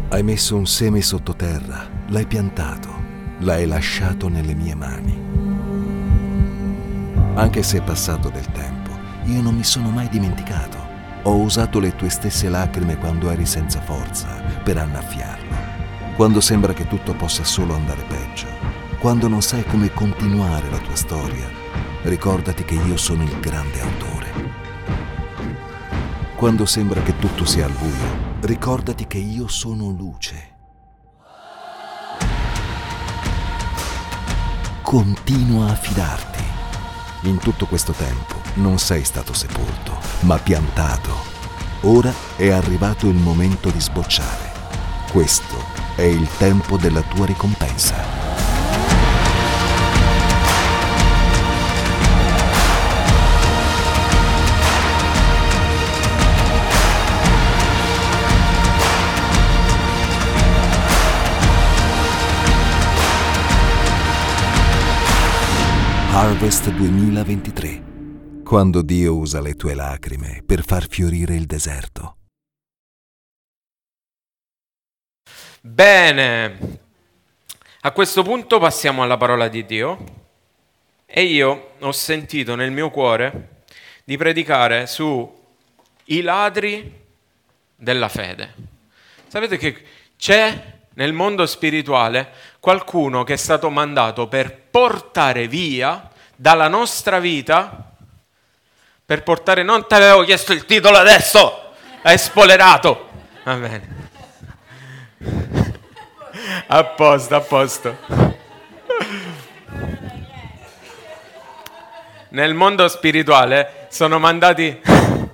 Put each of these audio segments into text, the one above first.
Hai messo un seme sottoterra, l'hai piantato, l'hai lasciato nelle mie mani. Anche se è passato del tempo, io non mi sono mai dimenticato. Ho usato le tue stesse lacrime quando eri senza forza per annaffiarlo. Quando sembra che tutto possa solo andare peggio. Quando non sai come continuare la tua storia, ricordati che io sono il grande autore. Quando sembra che tutto sia al buio, ricordati che io sono luce. Continua a fidarti. In tutto questo tempo non sei stato sepolto, ma piantato. Ora è arrivato il momento di sbocciare. Questo è il tempo della tua ricompensa. Harvest 2023. Quando Dio usa le tue lacrime per far fiorire il deserto. Bene, a questo punto passiamo alla parola di Dio e io ho sentito nel mio cuore di predicare su i ladri della fede. Sapete che c'è nel mondo spirituale qualcuno che è stato mandato per portare via dalla nostra vita, per portare, non ti avevo chiesto il titolo adesso, hai spoilerato, va bene, a posto. Nel mondo spirituale sono mandati,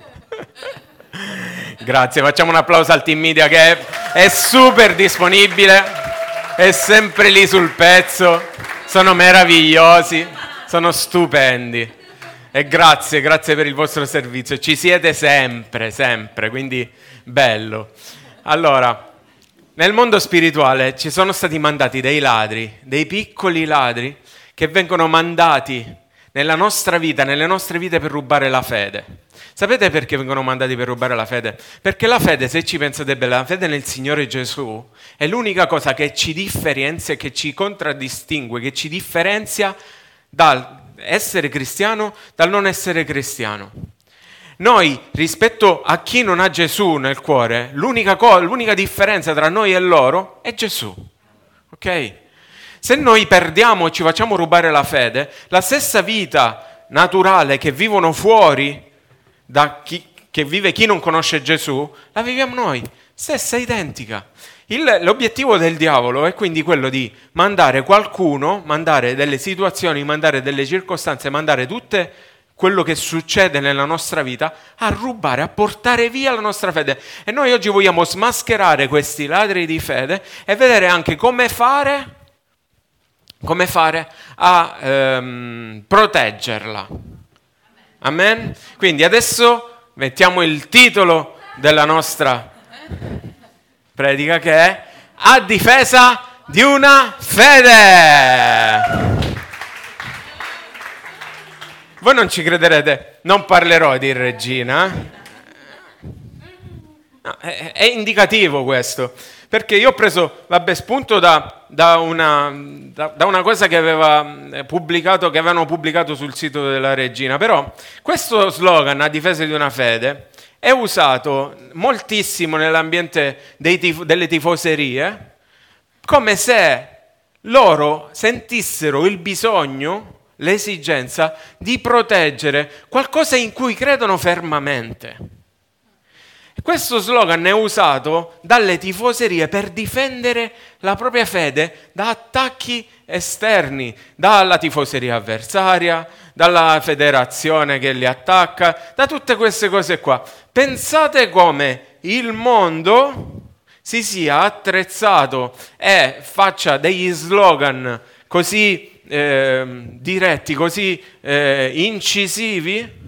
grazie, facciamo un applauso al team media che è super disponibile, è sempre lì sul pezzo, sono meravigliosi, sono stupendi e grazie per il vostro servizio, ci siete sempre, quindi bello. Allora, nel mondo spirituale ci sono stati mandati dei ladri, dei piccoli ladri che vengono mandati nella nostra vita, nelle nostre vite per rubare la fede. Sapete perché vengono mandati per rubare la fede? Perché la fede, se ci pensate bene, la fede nel Signore Gesù è l'unica cosa che ci differenzia, che ci contraddistingue, che ci differenzia dal essere cristiano dal non essere cristiano. Noi, rispetto a chi non ha Gesù nel cuore, l'unica differenza tra noi e loro è Gesù. Ok? Se noi perdiamo e ci facciamo rubare la fede, la stessa vita naturale che vivono fuori da che vive chi non conosce Gesù, la viviamo noi, stessa identica. L'obiettivo del diavolo è quindi quello di mandare qualcuno, mandare delle situazioni, mandare delle circostanze, mandare tutto quello che succede nella nostra vita a rubare, a portare via la nostra fede. E noi oggi vogliamo smascherare questi ladri di fede e vedere anche come fare a proteggerla. Amen? Quindi adesso mettiamo il titolo della nostra predica che è A difesa di una fede. Voi non ci crederete, non parlerò di regina. No, è indicativo questo, perché io ho preso spunto da una cosa che avevano pubblicato sul sito della regina, però questo slogan A difesa di una fede è usato moltissimo nell'ambiente delle tifoserie, come se loro sentissero il bisogno, l'esigenza di proteggere qualcosa in cui credono fermamente. Questo slogan è usato dalle tifoserie per difendere la propria fede da attacchi esterni, dalla tifoseria avversaria, dalla federazione che li attacca, da tutte queste cose qua. Pensate come il mondo si sia attrezzato e faccia degli slogan così diretti, così incisivi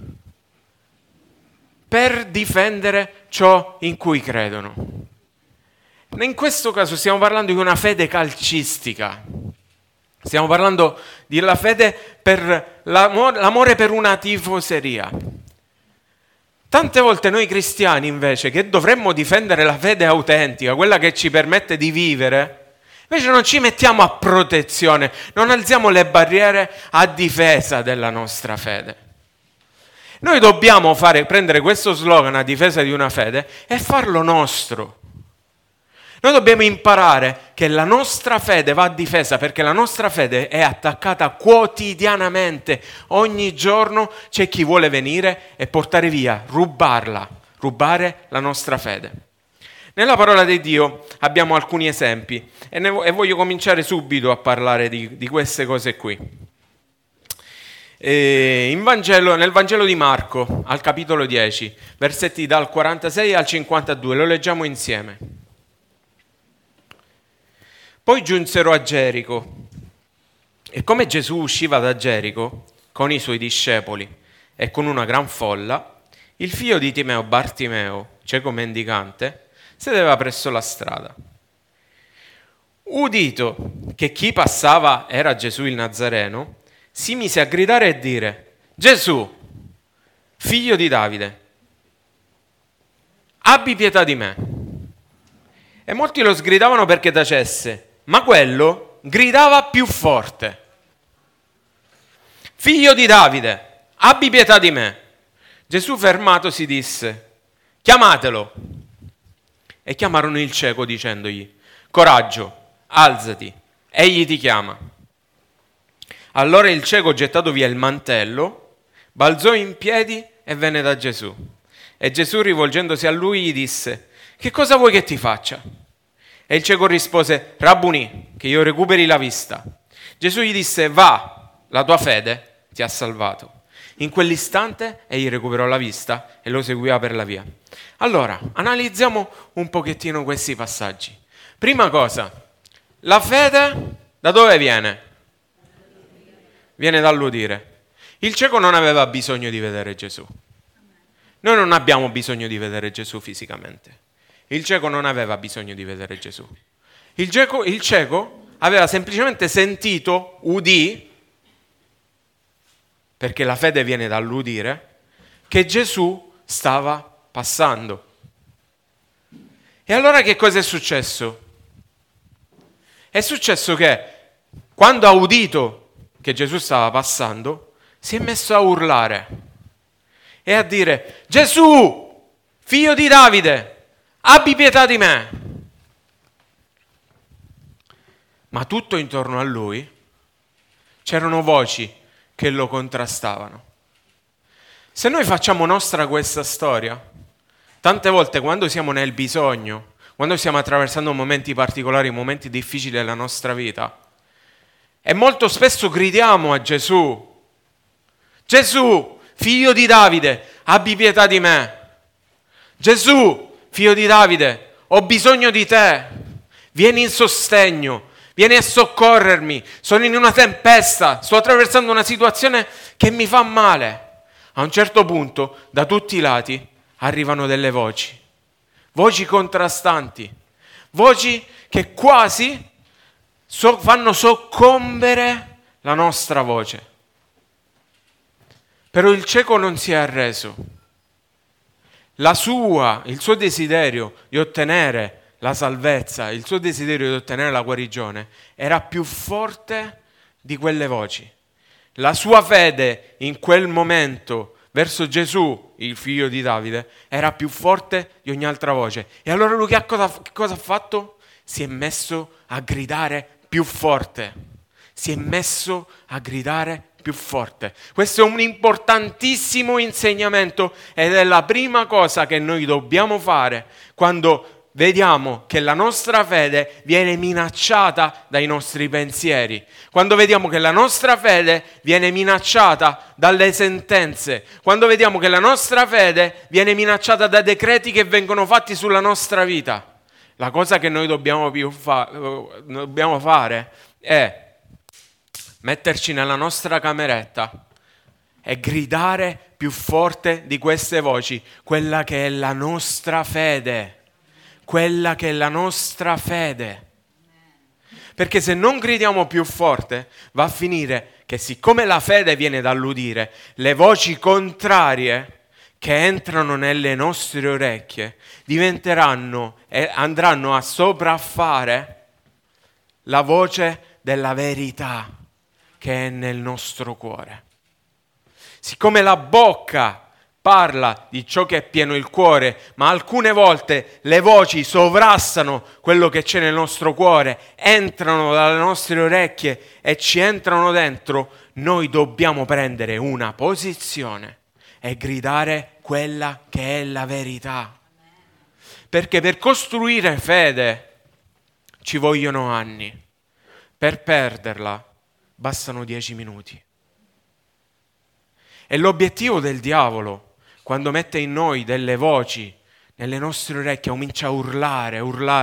per difendere ciò in cui credono. In questo caso stiamo parlando di una fede calcistica. Stiamo parlando della fede per l'amore per una tifoseria. Tante volte noi cristiani invece, che dovremmo difendere la fede autentica, quella che ci permette di vivere, invece non ci mettiamo a protezione, non alziamo le barriere a difesa della nostra fede. Noi dobbiamo prendere questo slogan a difesa di una fede e farlo nostro. Noi dobbiamo imparare che la nostra fede va difesa perché la nostra fede è attaccata quotidianamente. Ogni giorno c'è chi vuole venire e portare via, rubare la nostra fede. Nella parola di Dio abbiamo alcuni esempi e voglio cominciare subito a parlare di queste cose qui. Nel Vangelo di Marco, al capitolo 10, versetti dal 46 al 52, lo leggiamo insieme. Poi giunsero a Gerico e come Gesù usciva da Gerico con i suoi discepoli e con una gran folla, il figlio di Timeo, Bartimeo, cieco mendicante, sedeva presso la strada. Udito che chi passava era Gesù il Nazareno, si mise a gridare e dire: Gesù, figlio di Davide, abbi pietà di me. E molti lo sgridavano perché tacesse, ma quello gridava più forte: Figlio di Davide, abbi pietà di me. Gesù fermatosi disse: chiamatelo. E chiamarono il cieco dicendogli: coraggio, alzati, egli ti chiama. Allora il cieco, gettato via il mantello, balzò in piedi e venne da Gesù. E Gesù, rivolgendosi a lui, gli disse: che cosa vuoi che ti faccia? E il cieco rispose: Rabbuni, che io recuperi la vista. Gesù gli disse: va, la tua fede ti ha salvato. In quell'istante egli recuperò la vista e lo seguiva per la via. Allora, analizziamo un pochettino questi passaggi. Prima cosa, la fede da dove viene? Viene dall'udire. Il cieco non aveva bisogno di vedere Gesù. Noi non abbiamo bisogno di vedere Gesù fisicamente. Il cieco non aveva bisogno di vedere Gesù. Il cieco aveva semplicemente sentito, udì, perché la fede viene dall'udire, che Gesù stava passando. E allora che cosa è successo? È successo che quando ha udito che Gesù stava passando, si è messo a urlare e a dire: Gesù, figlio di Davide, abbi pietà di me. Ma tutto intorno a lui c'erano voci che lo contrastavano. Se noi facciamo nostra questa storia, tante volte quando siamo nel bisogno, quando stiamo attraversando momenti particolari, momenti difficili della nostra vita, e molto spesso gridiamo a Gesù: Gesù, figlio di Davide, abbi pietà di me. Gesù, figlio di Davide, ho bisogno di te, vieni in sostegno, vieni a soccorrermi, sono in una tempesta, sto attraversando una situazione che mi fa male. A un certo punto, da tutti i lati, arrivano delle voci contrastanti, voci che quasi fanno soccombere la nostra voce. Però il cieco non si è arreso. Il suo desiderio di ottenere la salvezza, il suo desiderio di ottenere la guarigione era più forte di quelle voci. La sua fede in quel momento verso Gesù, il figlio di Davide, era più forte di ogni altra voce. E allora lui che cosa ha fatto? Si è messo a gridare più forte. Si è messo a gridare più forte. Questo è un importantissimo insegnamento ed è la prima cosa che noi dobbiamo fare quando vediamo che la nostra fede viene minacciata dai nostri pensieri, quando vediamo che la nostra fede viene minacciata dalle sentenze, quando vediamo che la nostra fede viene minacciata da decreti che vengono fatti sulla nostra vita. La cosa che noi dobbiamo fare è metterci nella nostra cameretta e gridare più forte di queste voci quella che è la nostra fede. Quella che è la nostra fede. Perché se non gridiamo più forte, va a finire che siccome la fede viene dall'udire, le voci contrarie che entrano nelle nostre orecchie diventeranno e andranno a sopraffare la voce della verità che è nel nostro cuore. Siccome la bocca parla di ciò che è pieno il cuore, ma alcune volte le voci sovrastano quello che c'è nel nostro cuore, entrano dalle nostre orecchie e ci entrano dentro, noi dobbiamo prendere una posizione e gridare quella che è la verità. Perché per costruire fede ci vogliono anni, per perderla bastano 10 minuti. E l'obiettivo del diavolo, quando mette in noi delle voci nelle nostre orecchie, comincia a urlare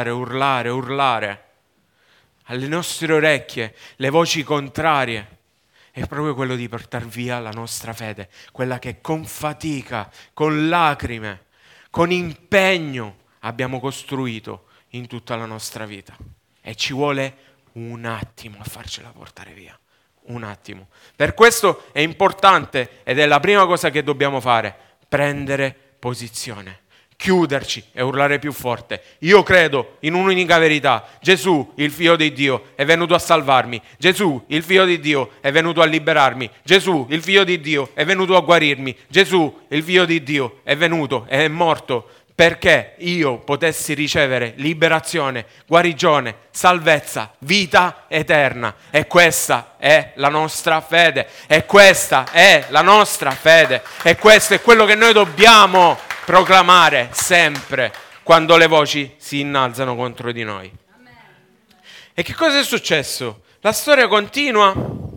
alle nostre orecchie, le voci contrarie, è proprio quello di portar via la nostra fede, quella che con fatica, con lacrime, con impegno abbiamo costruito in tutta la nostra vita. E ci vuole un attimo a farcela portare via. Un attimo. Per questo è importante, ed è la prima cosa che dobbiamo fare, prendere posizione, chiuderci e urlare più forte. Io credo in un'unica verità: Gesù, il Figlio di Dio, è venuto a salvarmi. Gesù, il Figlio di Dio, è venuto a liberarmi. Gesù, il Figlio di Dio, è venuto a guarirmi. Gesù, il Figlio di Dio, è venuto e è morto perché io potessi ricevere liberazione, guarigione, salvezza, vita eterna. E questa è la nostra fede. E questa è la nostra fede. E questo è quello che noi dobbiamo proclamare sempre quando le voci si innalzano contro di noi. E che cosa è successo? La storia continua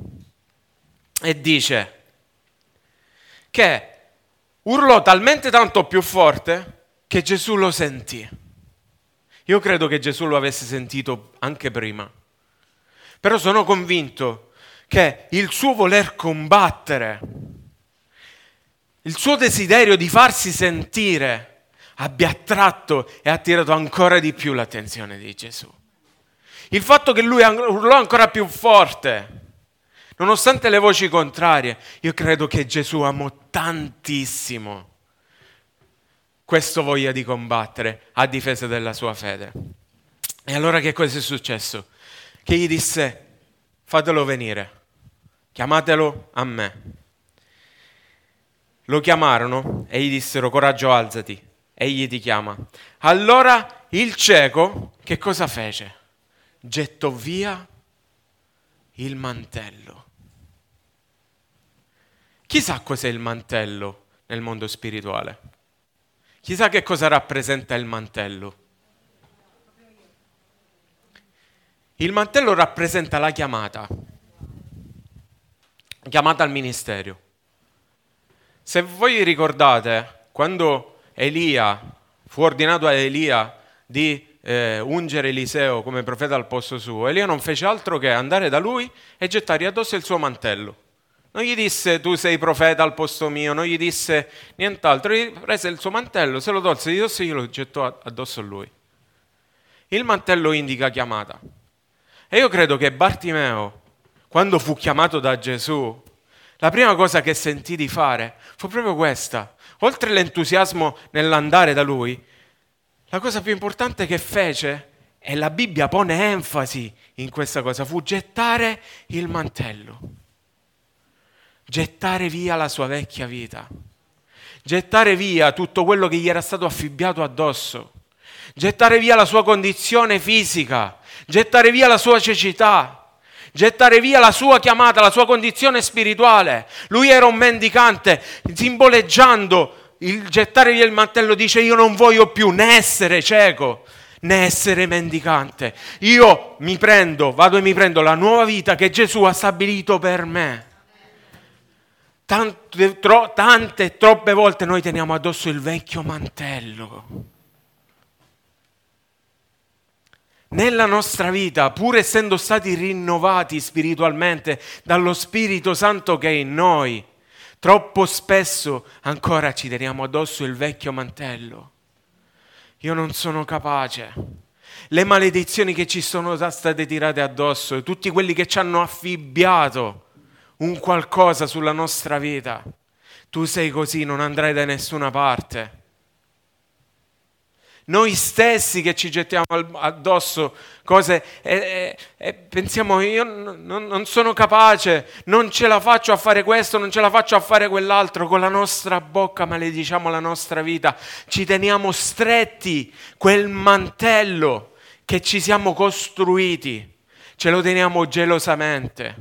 e dice che urlò talmente tanto più forte che Gesù lo sentì. Io credo che Gesù lo avesse sentito anche prima, però sono convinto che il suo voler combattere, il suo desiderio di farsi sentire abbia attratto e attirato ancora di più l'attenzione di Gesù. Il fatto che lui urlò ancora più forte, nonostante le voci contrarie, io credo che Gesù amò tantissimo questo voglia di combattere a difesa della sua fede. E allora che cosa è successo? Che gli disse: fatelo venire, chiamatelo a me. Lo chiamarono e gli dissero: coraggio, alzati, egli ti chiama. Allora il cieco che cosa fece? Gettò via il mantello. Chi sa cos'è il mantello nel mondo spirituale? Chi sa che cosa rappresenta il mantello? Il mantello rappresenta la chiamata al ministero. Se voi ricordate, quando Elia fu ordinato a Elia di ungere Eliseo come profeta al posto suo, Elia non fece altro che andare da lui e gettare addosso il suo mantello. Non gli disse: tu sei profeta al posto mio, non gli disse nient'altro, gli prese il suo mantello, se lo tolse di dosso e glielo gettò addosso a lui. Il mantello indica chiamata. E io credo che Bartimeo, quando fu chiamato da Gesù, la prima cosa che sentì di fare fu proprio questa. Oltre l'entusiasmo nell'andare da lui, la cosa più importante che fece, e la Bibbia pone enfasi in questa cosa, fu gettare il mantello. Gettare via la sua vecchia vita, gettare via tutto quello che gli era stato affibbiato addosso, gettare via la sua condizione fisica, gettare via la sua cecità, gettare via la sua chiamata, la sua condizione spirituale. Lui era un mendicante, simboleggiando il gettare via il mantello, dice: io non voglio più né essere cieco né essere mendicante, io vado e mi prendo la nuova vita che Gesù ha stabilito per me. Tante, troppe volte noi teniamo addosso il vecchio mantello. Nella nostra vita, pur essendo stati rinnovati spiritualmente dallo Spirito Santo che è in noi, troppo spesso ancora ci teniamo addosso il vecchio mantello. Io non sono capace. Le maledizioni che ci sono state tirate addosso, tutti quelli che ci hanno affibbiato un qualcosa sulla nostra vita, Tu sei così, non andrai da nessuna parte. Noi stessi che ci gettiamo addosso cose e pensiamo io non sono capace, non ce la faccio a fare questo, non ce la faccio a fare quell'altro, con la nostra bocca malediciamo la nostra vita, ci teniamo stretti quel mantello che ci siamo costruiti, ce lo teniamo gelosamente.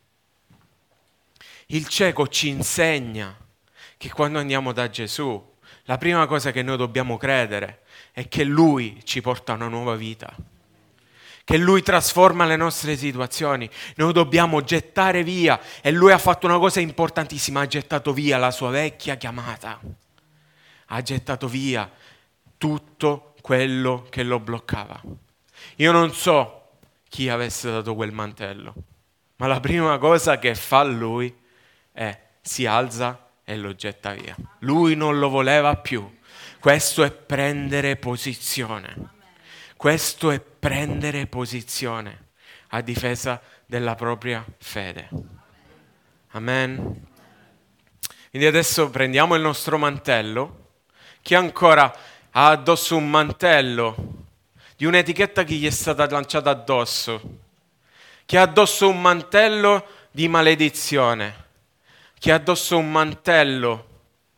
Il cieco ci insegna che quando andiamo da Gesù, la prima cosa che noi dobbiamo credere è che Lui ci porta a una nuova vita, che Lui trasforma le nostre situazioni. Noi dobbiamo gettare via, e Lui ha fatto una cosa importantissima, ha gettato via la sua vecchia chiamata, ha gettato via tutto quello che lo bloccava. Io non so chi avesse dato quel mantello, ma la prima cosa che fa Lui è si alza e lo getta via. Lui non lo voleva più. Questo è prendere posizione. Questo è prendere posizione a difesa della propria fede. Amen. Quindi adesso prendiamo il nostro mantello. Chi ancora ha addosso un mantello di un'etichetta che gli è stata lanciata addosso? Chi ha addosso un mantello di maledizione? Chi ha addosso un mantello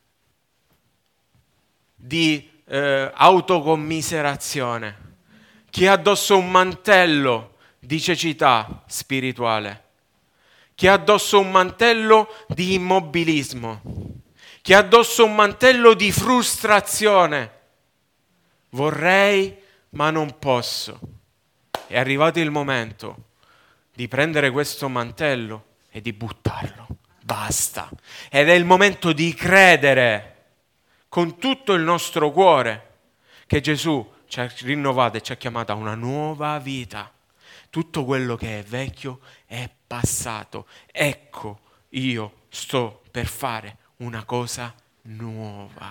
di autocommiserazione? Chi ha addosso un mantello di cecità spirituale? Chi ha addosso un mantello di immobilismo? Chi ha addosso un mantello di frustrazione? Vorrei, ma non posso. È arrivato il momento di prendere questo mantello e di buttarlo. Basta. Ed è il momento di credere con tutto il nostro cuore che Gesù ci ha rinnovato e ci ha chiamato a una nuova vita. Tutto quello che è vecchio è passato. Ecco, io sto per fare una cosa nuova.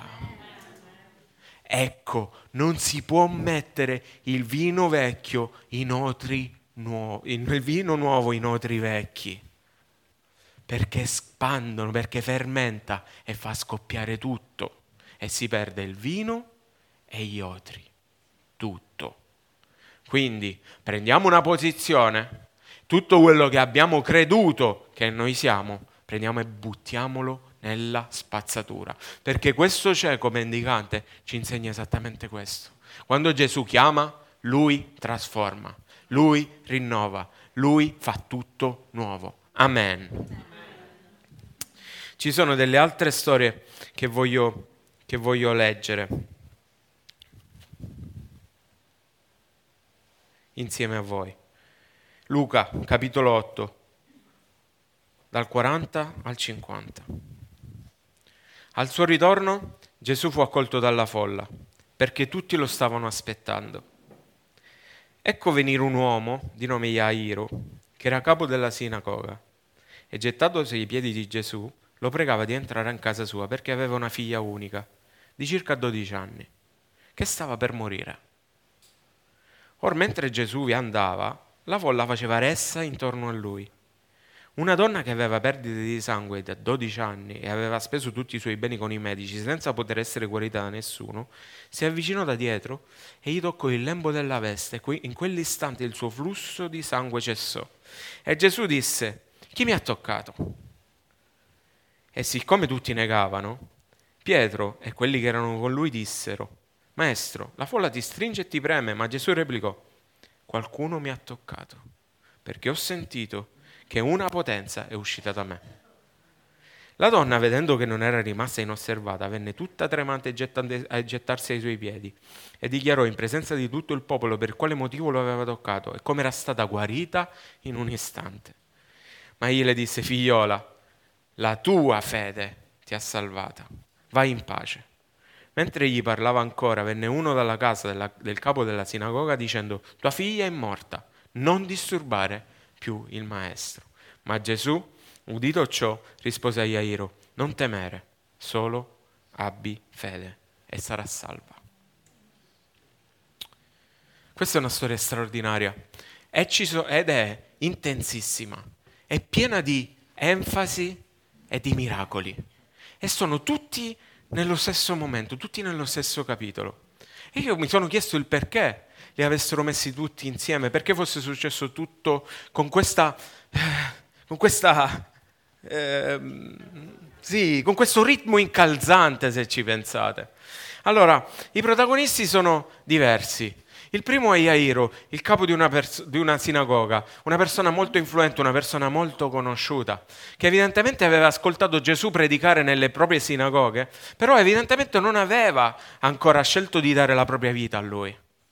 Ecco, non si può mettere il vino vecchio in otri nuovi, il vino nuovo in otri vecchi, perché espandono, perché fermenta e fa scoppiare tutto e si perde il vino e gli otri, tutto. Quindi prendiamo una posizione, tutto quello che abbiamo creduto che noi siamo, prendiamo e buttiamolo nella spazzatura, perché questo cieco mendicante ci insegna esattamente questo. Quando Gesù chiama, Lui trasforma, Lui rinnova, Lui fa tutto nuovo. Amen. Ci sono delle altre storie che voglio leggere insieme a voi. Luca, capitolo 8, dal 40 al 50. Al suo ritorno Gesù fu accolto dalla folla, perché tutti lo stavano aspettando. Ecco venire un uomo di nome Jairo, che era capo della sinagoga, e gettatosi ai piedi di Gesù, lo pregava di entrare in casa sua perché aveva una figlia unica, di circa 12 anni, che stava per morire. Or mentre Gesù vi andava, la folla faceva ressa intorno a lui. Una donna che aveva perdite di sangue da 12 anni e aveva speso tutti i suoi beni con i medici senza poter essere guarita da nessuno, si avvicinò da dietro e gli toccò il lembo della veste. In quell'istante il suo flusso di sangue cessò. E Gesù disse: «Chi mi ha toccato?» E siccome tutti negavano, Pietro e quelli che erano con lui dissero: «Maestro, la folla ti stringe e ti preme». Ma Gesù replicò: «Qualcuno mi ha toccato, perché ho sentito che una potenza è uscita da me». La donna, vedendo che non era rimasta inosservata, venne tutta tremante a gettarsi ai suoi piedi e dichiarò in presenza di tutto il popolo per quale motivo lo aveva toccato e come era stata guarita in un istante. Ma egli le disse: «Figliola, la tua fede ti ha salvata, vai in pace». Mentre egli parlava ancora, venne uno dalla casa del capo della sinagoga dicendo: «Tua figlia è morta, non disturbare più il maestro». Ma Gesù, udito ciò, rispose a Jairo: «Non temere, solo abbi fede e sarà salva». Questa è una storia straordinaria ed è intensissima, è piena di enfasi e di miracoli. e sono tutti nello stesso momento, tutti nello stesso capitolo. E io mi sono chiesto il perché li avessero messi tutti insieme, perché fosse successo tutto con questo ritmo incalzante, se ci pensate. Allora, i protagonisti sono diversi. Il primo è Jairo, il capo di una sinagoga, una persona molto influente, una persona molto conosciuta, che evidentemente aveva ascoltato Gesù predicare nelle proprie sinagoghe, però evidentemente non aveva ancora scelto di dare la propria vita a lui.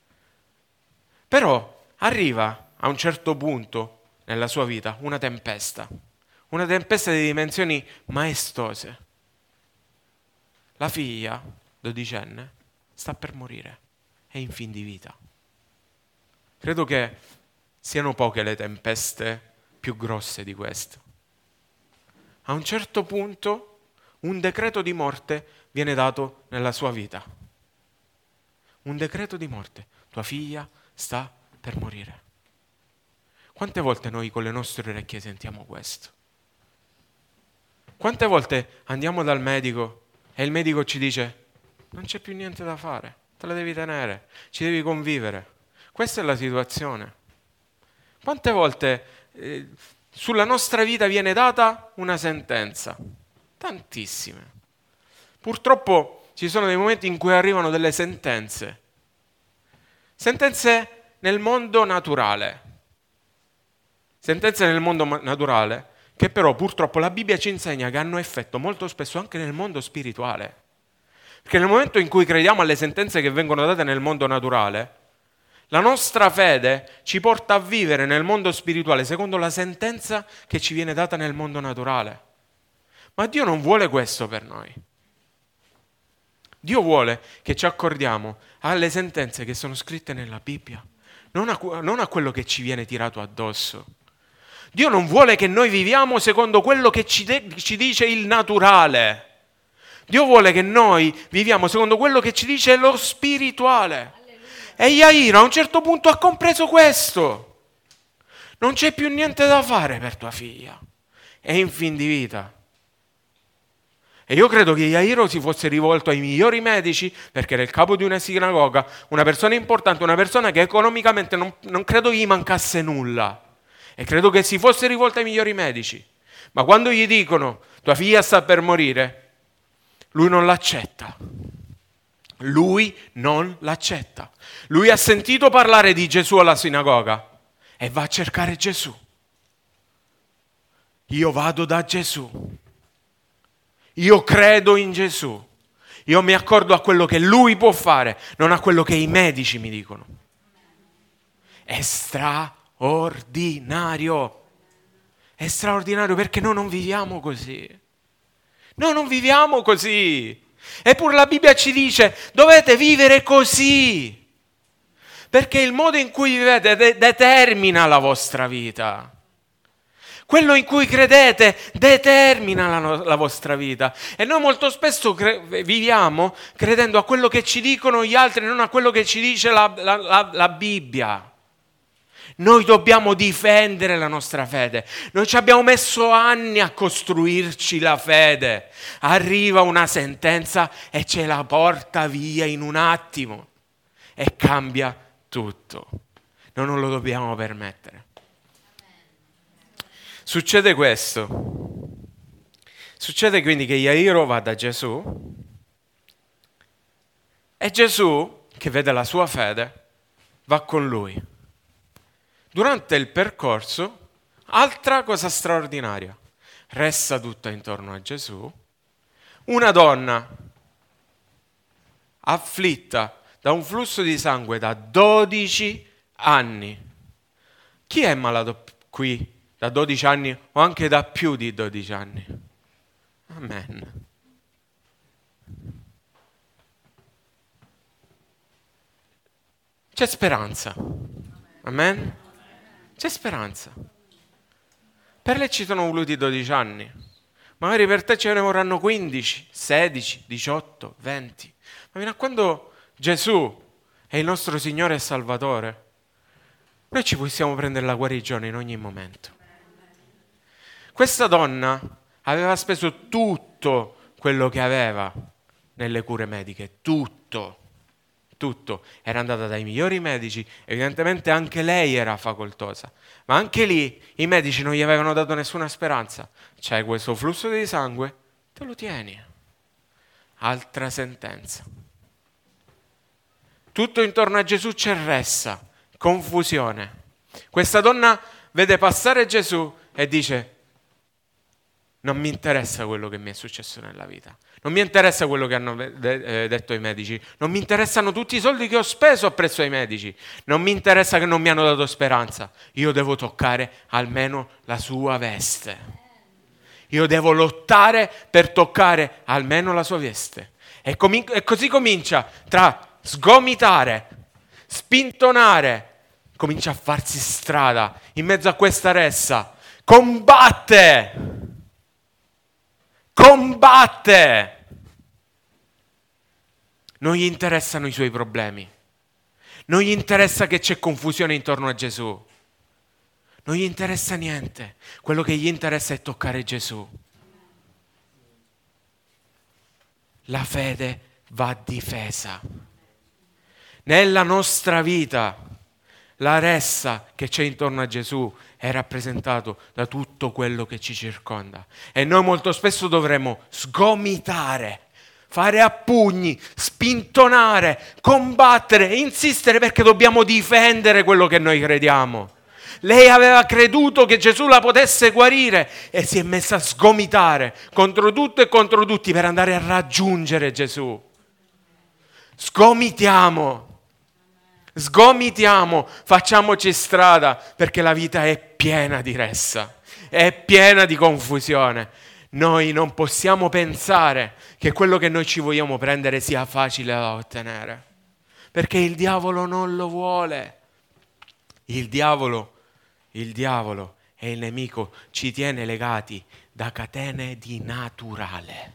Però arriva a un certo punto nella sua vita una tempesta di dimensioni maestose. La figlia, 12enne, sta per morire, è in fin di vita. Credo che siano poche le tempeste più grosse di questo. A un certo punto un decreto di morte viene dato nella sua vita. Un decreto di morte. Tua figlia sta per morire. Quante volte noi con le nostre orecchie sentiamo questo? Quante volte andiamo dal medico e il medico ci dice: non c'è più niente da fare, te la devi tenere, ci devi convivere. Questa è la situazione. Quante volte sulla nostra vita viene data una sentenza? Tantissime. Purtroppo ci sono dei momenti in cui arrivano delle sentenze. Sentenze nel mondo naturale. Sentenze nel mondo naturale che però purtroppo la Bibbia ci insegna che hanno effetto molto spesso anche nel mondo spirituale. Perché nel momento in cui crediamo alle sentenze che vengono date nel mondo naturale, la nostra fede ci porta a vivere nel mondo spirituale secondo la sentenza che ci viene data nel mondo naturale. Ma Dio non vuole questo per noi. Dio vuole che ci accordiamo alle sentenze che sono scritte nella Bibbia, non a quello che ci viene tirato addosso. Dio non vuole che noi viviamo secondo quello che ci dice il naturale. Dio vuole che noi viviamo secondo quello che ci dice lo spirituale. E Jairo a un certo punto ha compreso questo. Non c'è più niente da fare per tua figlia. È in fin di vita. E io credo che Jairo si fosse rivolto ai migliori medici, perché era il capo di una sinagoga, una persona importante, una persona che economicamente non credo gli mancasse nulla. E credo che si fosse rivolto ai migliori medici. Ma quando gli dicono tua figlia sta per morire, lui non l'accetta. Lui non l'accetta. Lui ha sentito parlare di Gesù alla sinagoga e va a cercare Gesù. Io vado da Gesù. Io credo in Gesù. Io mi accordo a quello che Lui può fare, non a quello che i medici mi dicono. È straordinario. È straordinario perché noi non viviamo così. Noi non viviamo così. Eppure la Bibbia ci dice: dovete vivere così. Perché il modo in cui vivete determina la vostra vita. Quello in cui credete determina la vostra vita. E noi molto spesso viviamo credendo a quello che ci dicono gli altri, non a quello che ci dice la Bibbia. Noi dobbiamo difendere la nostra fede. Noi ci abbiamo messo anni a costruirci la fede. Arriva una sentenza e ce la porta via in un attimo e cambia tutto. Noi non lo dobbiamo permettere. Succede questo. Succede quindi che Jairo va da Gesù e Gesù, che vede la sua fede, va con lui. Durante il percorso, altra cosa straordinaria, resta tutta intorno a Gesù, una donna afflitta da un flusso di sangue da 12 anni. Chi è malato qui da 12 anni o anche da più di 12 anni? Amen. C'è speranza. Amen. C'è speranza. Per lei ci sono voluti 12 anni. Magari per te ce ne vorranno 15, 16, 18, 20. Ma fino a quando Gesù è il nostro Signore e Salvatore, noi ci possiamo prendere la guarigione in ogni momento. Questa donna aveva speso tutto quello che aveva nelle cure mediche, tutto. Era andata dai migliori medici, evidentemente anche lei era facoltosa, ma anche lì i medici non gli avevano dato nessuna speranza. C'è questo flusso di sangue, te lo tieni. Altra sentenza. Tutto intorno a Gesù c'è ressa, confusione. Questa donna vede passare Gesù e dice: non mi interessa quello che mi è successo nella vita, non mi interessa quello che hanno detto i medici, non mi interessano tutti i soldi che ho speso appresso ai medici, non mi interessa che non mi hanno dato speranza, io devo toccare almeno la sua veste, io devo lottare per toccare almeno la sua veste. E così comincia, tra sgomitare, spintonare, comincia a farsi strada in mezzo a questa ressa, combatte. Non gli interessano i suoi problemi, non gli interessa che c'è confusione intorno a Gesù, non gli interessa niente, quello che gli interessa è toccare Gesù. La fede va difesa. Nella nostra vita la ressa che c'è intorno a Gesù è rappresentato da tutto quello che ci circonda, e noi molto spesso dovremo sgomitare, fare a pugni, spintonare, combattere, insistere, perché dobbiamo difendere quello che noi crediamo. Lei aveva creduto che Gesù la potesse guarire e si è messa a sgomitare contro tutto e contro tutti per andare a raggiungere Gesù. Sgomitiamo, facciamoci strada, perché la vita è piena di ressa, è piena di confusione. Noi non possiamo pensare che quello che noi ci vogliamo prendere sia facile da ottenere, perché il diavolo non lo vuole. Il diavolo è il nemico, ci tiene legati da catene di naturale.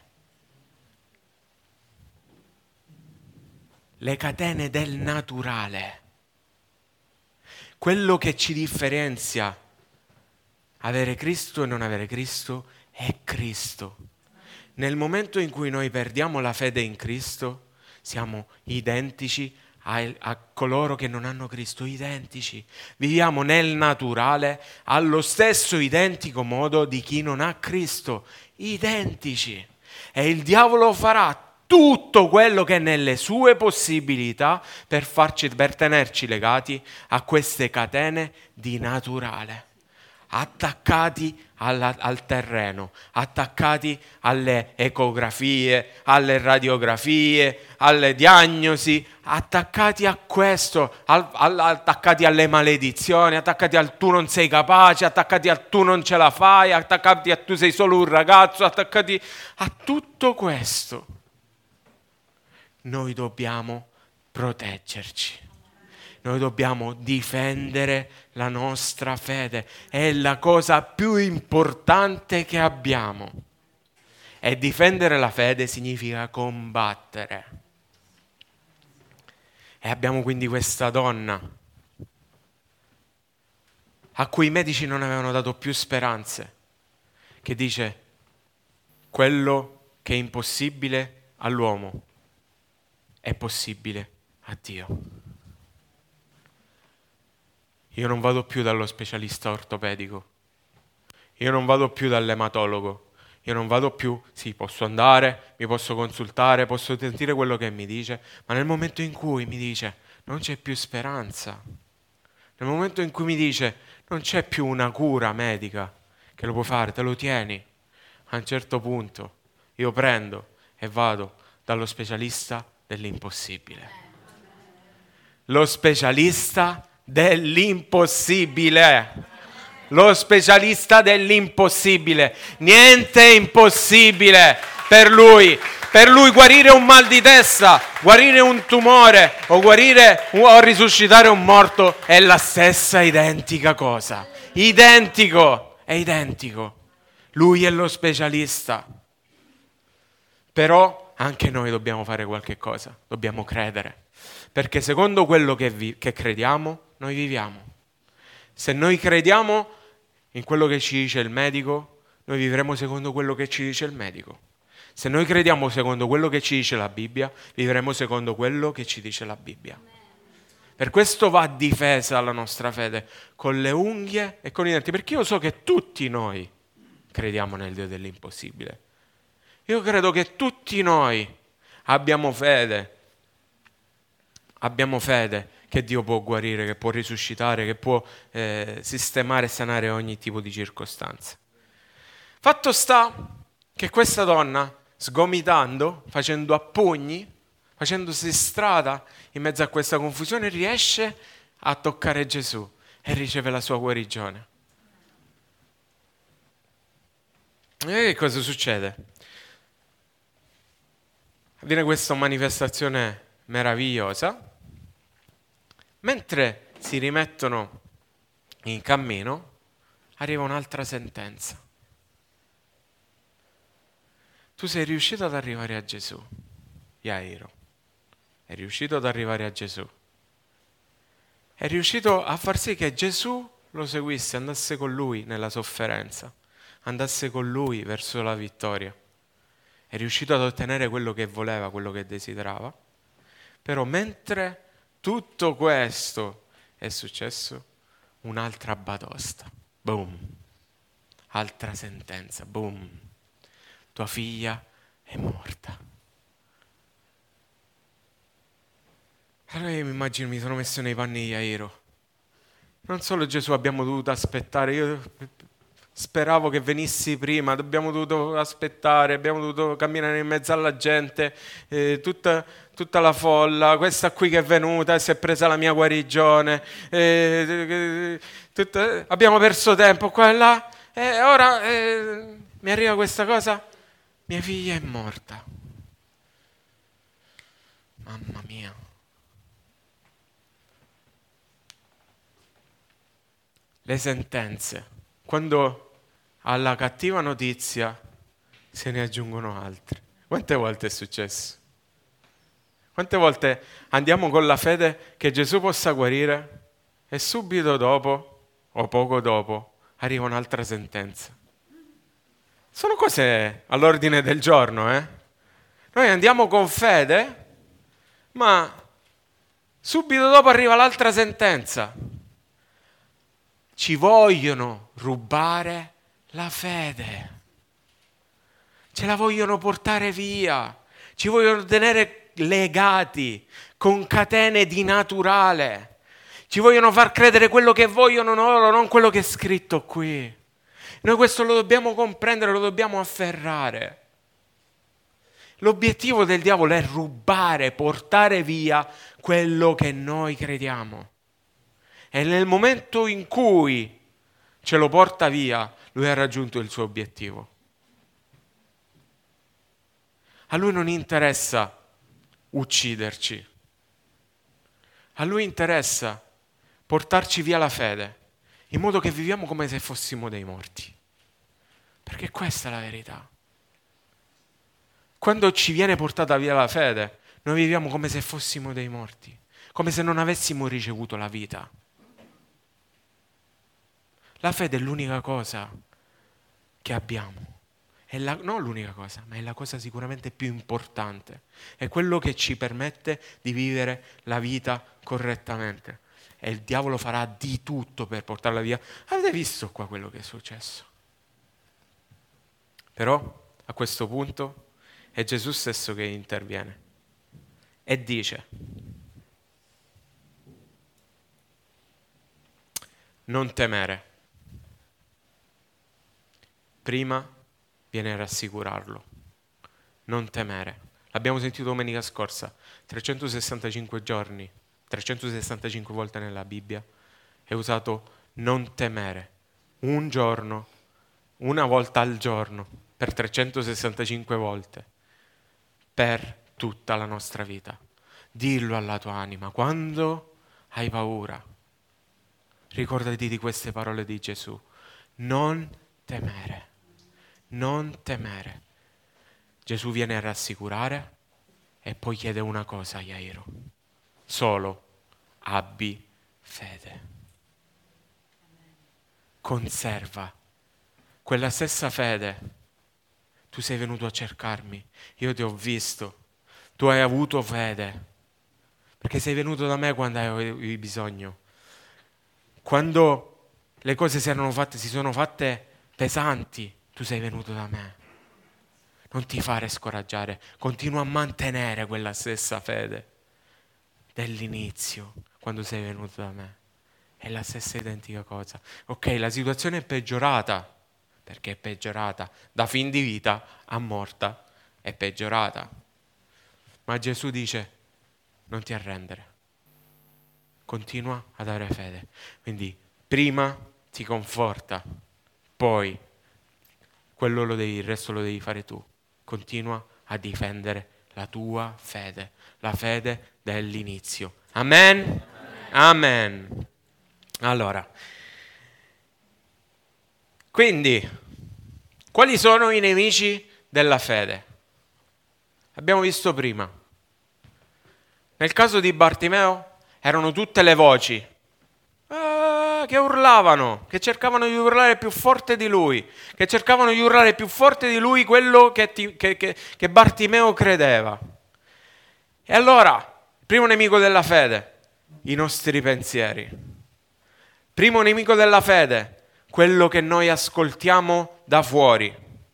Le catene del naturale. Quello che ci differenzia avere Cristo e non avere Cristo è Cristo. Nel momento in cui noi perdiamo la fede in Cristo, siamo identici a coloro che non hanno Cristo, identici. Viviamo nel naturale allo stesso identico modo di chi non ha Cristo, identici. E il diavolo farà tutto quello che è nelle sue possibilità per tenerci legati a queste catene di naturale, attaccati al terreno, attaccati alle ecografie, alle radiografie, alle diagnosi, attaccati a questo, attaccati alle maledizioni, attaccati al tu non sei capace, attaccati al tu non ce la fai, attaccati a tu sei solo un ragazzo, attaccati a tutto questo. Noi dobbiamo proteggerci. Noi dobbiamo difendere la nostra fede. È la cosa più importante che abbiamo. E difendere la fede significa combattere. E abbiamo quindi questa donna a cui i medici non avevano dato più speranze, che dice: quello che è impossibile all'uomo è possibile a Dio. Io non vado più dallo specialista ortopedico, io non vado più dall'ematologo, io non vado più, sì, posso andare, mi posso consultare, posso sentire quello che mi dice, ma nel momento in cui mi dice non c'è più speranza, nel momento in cui mi dice non c'è più una cura medica che lo può fare, te lo tieni, a un certo punto io prendo e vado dallo specialista dell'impossibile. Lo specialista dell'impossibile. Lo specialista dell'impossibile. Niente è impossibile per lui. Per lui guarire un mal di testa, guarire un tumore o risuscitare un morto è la stessa identica cosa. Identico, è identico. Lui è lo specialista. Però anche noi dobbiamo fare qualche cosa, dobbiamo credere, perché secondo quello che crediamo, noi viviamo. Se noi crediamo in quello che ci dice il medico, noi vivremo secondo quello che ci dice il medico. Se noi crediamo secondo quello che ci dice la Bibbia, vivremo secondo quello che ci dice la Bibbia. Per questo va difesa la nostra fede con le unghie e con i denti, perché io so che tutti noi crediamo nel Dio dell'impossibile. Io credo che tutti noi abbiamo fede che Dio può guarire, che può risuscitare, che può sistemare e sanare ogni tipo di circostanza. Fatto sta che questa donna, sgomitando, facendo a pugni, facendosi strada in mezzo a questa confusione, riesce a toccare Gesù e riceve la sua guarigione. E che cosa succede? Avviene questa manifestazione meravigliosa. Mentre si rimettono in cammino, arriva un'altra sentenza. Tu sei riuscito ad arrivare a Gesù, Jairo. È riuscito ad arrivare a Gesù. È riuscito a far sì che Gesù lo seguisse, andasse con lui nella sofferenza, andasse con lui verso la vittoria. È riuscito ad ottenere quello che voleva, quello che desiderava. Però mentre tutto questo è successo, un'altra batosta. Boom. Altra sentenza. Boom. Tua figlia è morta. Allora io mi immagino, mi sono messo nei panni di Jairo. Non solo Gesù abbiamo dovuto aspettare, io speravo che venissi prima, abbiamo dovuto aspettare, abbiamo dovuto camminare in mezzo alla gente, tutta la folla, questa qui che è venuta e si è presa la mia guarigione, abbiamo perso tempo qua e là, e ora mi arriva questa cosa, mia figlia è morta. Mamma mia. Le sentenze, quando alla cattiva notizia se ne aggiungono altre. Quante volte è successo? Quante volte andiamo con la fede che Gesù possa guarire e subito dopo o poco dopo arriva un'altra sentenza? Sono cose all'ordine del giorno, eh? Noi andiamo con fede, ma subito dopo arriva l'altra sentenza. Ci vogliono rubare la fede, ce la vogliono portare via, ci vogliono tenere legati con catene di naturale, ci vogliono far credere quello che vogliono loro, non quello che è scritto qui. Noi questo lo dobbiamo comprendere, lo dobbiamo afferrare. L'obiettivo del diavolo è rubare, portare via quello che noi crediamo. E nel momento in cui ce lo porta via, lui ha raggiunto il suo obiettivo. A lui non interessa ucciderci. A lui interessa portarci via la fede, in modo che viviamo come se fossimo dei morti. Perché questa è la verità. Quando ci viene portata via la fede, noi viviamo come se fossimo dei morti, come se non avessimo ricevuto la vita. La fede è l'unica cosa che abbiamo. Non l'unica cosa, ma è la cosa sicuramente più importante. È quello che ci permette di vivere la vita correttamente. E il diavolo farà di tutto per portarla via. Avete visto qua quello che è successo? Però a questo punto è Gesù stesso che interviene e dice: non temere. Prima viene a rassicurarlo. Non temere. L'abbiamo sentito domenica scorsa. 365 giorni, 365 volte nella Bibbia è usato non temere. Un giorno, una volta al giorno, per 365 volte, per tutta la nostra vita. Dillo alla tua anima, quando hai paura, ricordati di queste parole di Gesù. Non temere. Non temere. Gesù viene a rassicurare e poi chiede una cosa a Jairo: solo abbi fede. Conserva quella stessa fede tu sei venuto a cercarmi, io ti ho visto, tu hai avuto fede, perché sei venuto da me quando avevi bisogno. Quando le cose si sono fatte pesanti, tu sei venuto da me. Non ti fare scoraggiare, continua a mantenere quella stessa fede dell'inizio, quando sei venuto da me. È la stessa identica cosa. Ok, la situazione è peggiorata, perché è peggiorata. Da fin di vita a morta è peggiorata. Ma Gesù dice, non ti arrendere. Continua ad avere fede. Quindi prima ti conforta, poi il resto lo devi fare tu. Continua a difendere la tua fede, la fede dell'inizio. Amen? Amen. Allora, quindi, quali sono i nemici della fede? Abbiamo visto prima. Nel caso di Bartimeo erano tutte le voci che urlavano, che cercavano di urlare più forte di lui, che cercavano di urlare più forte di lui quello che Bartimeo credeva. E allora, il primo nemico della fede, i nostri pensieri. Primo nemico della fede, quello che noi ascoltiamo da fuori.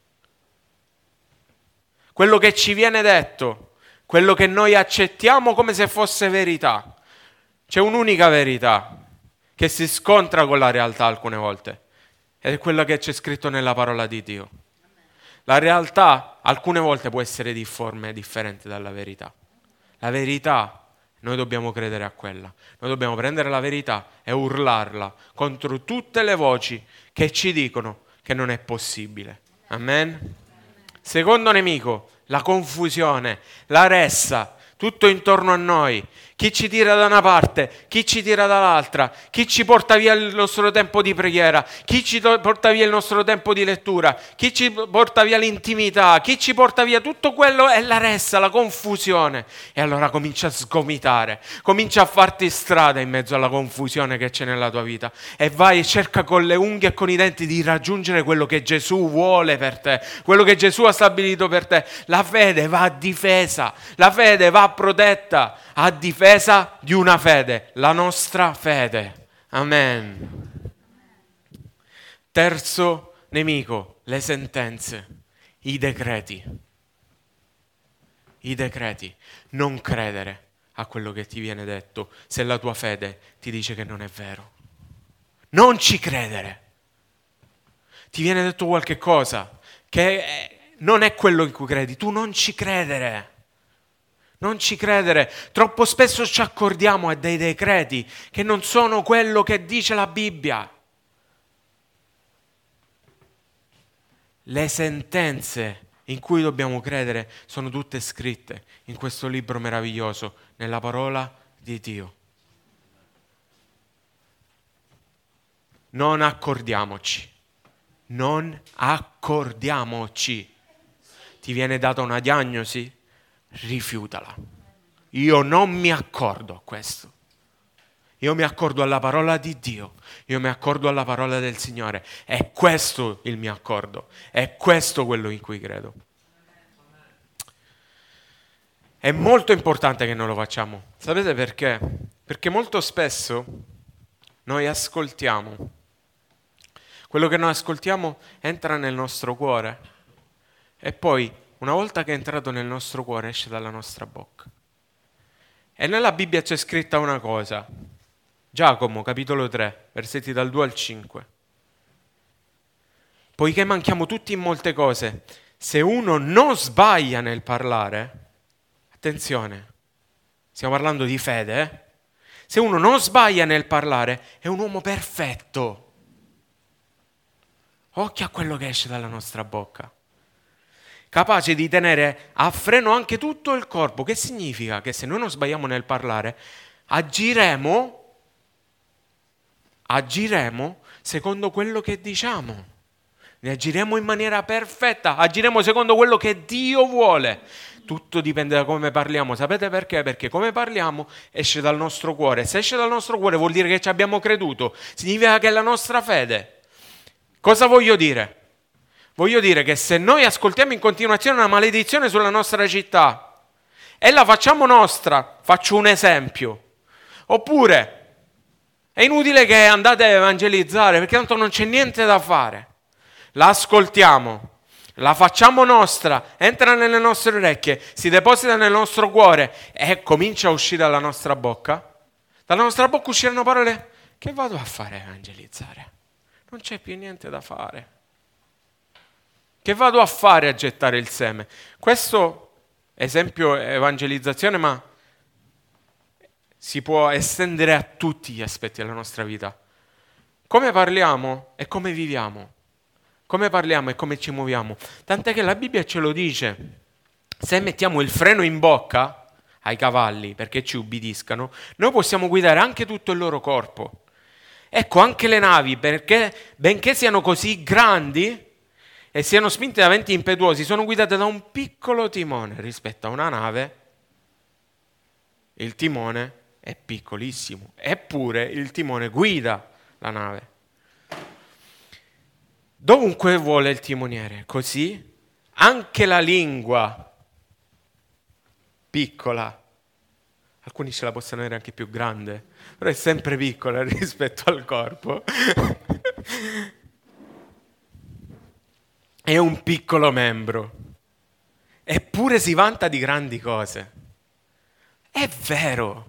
Quello che ci viene detto, quello che noi accettiamo come se fosse verità. C'è un'unica verità che si scontra con la realtà alcune volte, ed è quella che c'è scritto nella parola di Dio. La realtà alcune volte può essere difforme e differente dalla verità. La verità, noi dobbiamo credere a quella. Noi dobbiamo prendere la verità e urlarla contro tutte le voci che ci dicono che non è possibile. Amen? Secondo nemico, la confusione, la ressa, tutto intorno a noi. Chi ci tira da una parte, chi ci tira dall'altra, chi ci porta via il nostro tempo di preghiera, chi ci porta via il nostro tempo di lettura, chi ci porta via l'intimità, chi ci porta via tutto quello è la ressa, la confusione. E allora comincia a sgomitare, comincia a farti strada in mezzo alla confusione che c'è nella tua vita e vai e cerca con le unghie e con i denti di raggiungere quello che Gesù vuole per te, quello che Gesù ha stabilito per te. La fede va difesa, la fede va protetta a difesa di una fede, la nostra fede. Amen. Terzo nemico, le sentenze, i decreti. I decreti. Non credere a quello che ti viene detto se la tua fede ti dice che non è vero. Non ci credere. Ti viene detto qualche cosa che non è quello in cui credi, tu non ci credere. Non ci credere, troppo spesso ci accordiamo a dei decreti che non sono quello che dice la Bibbia. Le sentenze in cui dobbiamo credere sono tutte scritte in questo libro meraviglioso, nella parola di Dio. Non accordiamoci, non accordiamoci. Ti viene data una diagnosi? Rifiutala. Io non mi accordo a questo. Io mi accordo alla parola di Dio. Io mi accordo alla parola del Signore. È questo il mio accordo. È questo quello in cui credo. È molto importante che non lo facciamo. Sapete perché? Perché molto spesso noi ascoltiamo. Quello che noi ascoltiamo entra nel nostro cuore e poi una volta che è entrato nel nostro cuore esce dalla nostra bocca. E nella Bibbia c'è scritta una cosa. Giacomo, capitolo 3, versetti dal 2 al 5. Poiché manchiamo tutti in molte cose, se uno non sbaglia nel parlare, attenzione, stiamo parlando di fede, se uno non sbaglia nel parlare è un uomo perfetto. Occhio a quello che esce dalla nostra bocca. Capace di tenere a freno anche tutto il corpo. Che significa? Che se noi non sbagliamo nel parlare, agiremo secondo quello che diciamo. Ne agiremo in maniera perfetta, agiremo secondo quello che Dio vuole. Tutto dipende da come parliamo. Sapete perché? Perché come parliamo esce dal nostro cuore. Se esce dal nostro cuore vuol dire che ci abbiamo creduto. Significa che è la nostra fede. Cosa voglio dire? Voglio dire che se noi ascoltiamo in continuazione una maledizione sulla nostra città e la facciamo nostra, faccio un esempio, oppure è inutile che andate a evangelizzare perché tanto non c'è niente da fare, la ascoltiamo, la facciamo nostra, entra nelle nostre orecchie, si deposita nel nostro cuore e comincia a uscire dalla nostra bocca usciranno parole: che vado a fare a evangelizzare? Non c'è più niente da fare. Che vado a fare a gettare il seme? Questo esempio è evangelizzazione, ma si può estendere a tutti gli aspetti della nostra vita. Come parliamo e come viviamo. Come parliamo e come ci muoviamo. Tant'è che la Bibbia ce lo dice. Se mettiamo il freno in bocca ai cavalli perché ci ubbidiscano, noi possiamo guidare anche tutto il loro corpo. Ecco, anche le navi, perché benché siano così grandi e siano spinte da venti impetuosi, sono guidate da un piccolo timone rispetto a una nave. Il timone è piccolissimo, eppure il timone guida la nave. Dovunque vuole il timoniere, così anche la lingua piccola, alcuni ce la possono avere anche più grande, però è sempre piccola rispetto al corpo. È un piccolo membro, eppure si vanta di grandi cose. È vero.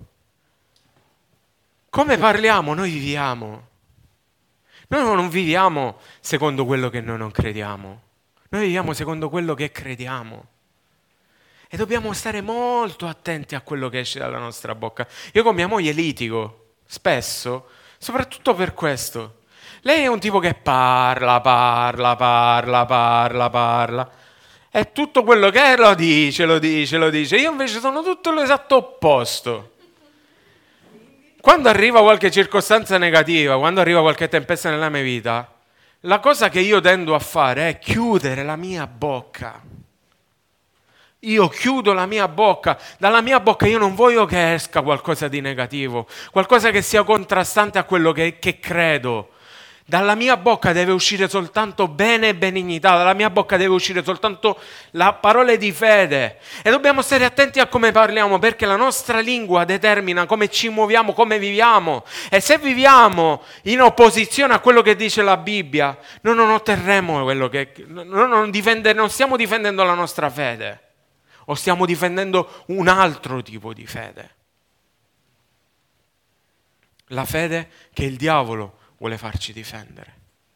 Come parliamo, noi viviamo. Noi non viviamo secondo quello che noi non crediamo. Noi viviamo secondo quello che crediamo. E dobbiamo stare molto attenti a quello che esce dalla nostra bocca. Io con mia moglie litigo, spesso, soprattutto per questo. Lei è un tipo che parla. E tutto quello che è lo dice. Io invece sono tutto l'esatto opposto. Quando arriva qualche circostanza negativa, quando arriva qualche tempesta nella mia vita, la cosa che io tendo a fare è chiudere la mia bocca. Io chiudo la mia bocca, dalla mia bocca io non voglio che esca qualcosa di negativo, qualcosa che sia contrastante a quello che credo. Dalla mia bocca deve uscire soltanto bene e benignità, dalla mia bocca deve uscire soltanto la parola di fede. E dobbiamo stare attenti a come parliamo, perché la nostra lingua determina come ci muoviamo, come viviamo. E se viviamo in opposizione a quello che dice la Bibbia, noi non otterremo quello che... non stiamo difendendo la nostra fede, o stiamo difendendo un altro tipo di fede. La fede che il diavolo vuole farci difendere.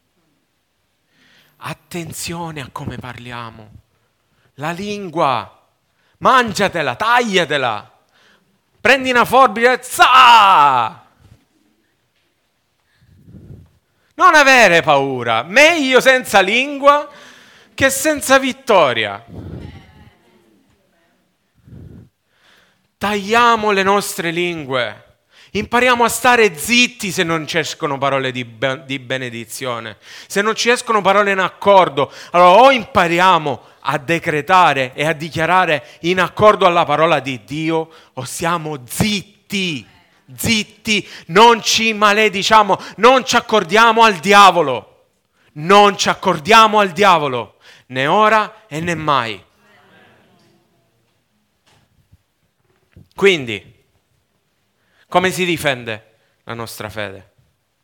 Attenzione a come parliamo. La lingua, mangiatela, tagliatela. Prendi una forbice, non avere paura. Meglio senza lingua che senza vittoria. Tagliamo le nostre lingue. Impariamo a stare zitti se non ci escono parole di benedizione, se non ci escono parole in accordo. Allora o impariamo a decretare e a dichiarare in accordo alla parola di Dio, o siamo zitti, non ci malediciamo, non ci accordiamo al diavolo, né ora e né mai. Quindi, come si difende la nostra fede?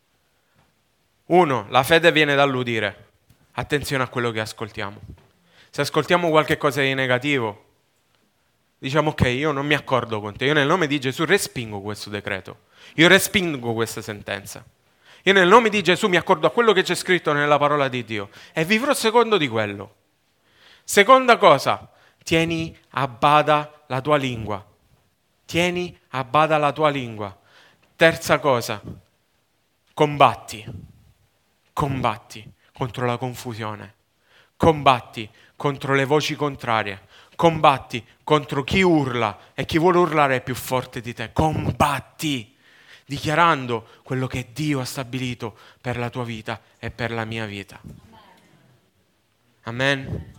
1, la fede viene dall'udire. Attenzione a quello che ascoltiamo. Se ascoltiamo qualche cosa di negativo, diciamo: ok, io non mi accordo con te. Io nel nome di Gesù respingo questo decreto. Io respingo questa sentenza. Io nel nome di Gesù mi accordo a quello che c'è scritto nella parola di Dio e vivrò secondo di quello. Seconda cosa, tieni a bada la tua lingua. Tieni a bada la tua lingua. Terza cosa, combatti contro la confusione, combatti contro le voci contrarie, combatti contro chi urla e chi vuole urlare è più forte di te. Combatti, dichiarando quello che Dio ha stabilito per la tua vita e per la mia vita. Amen.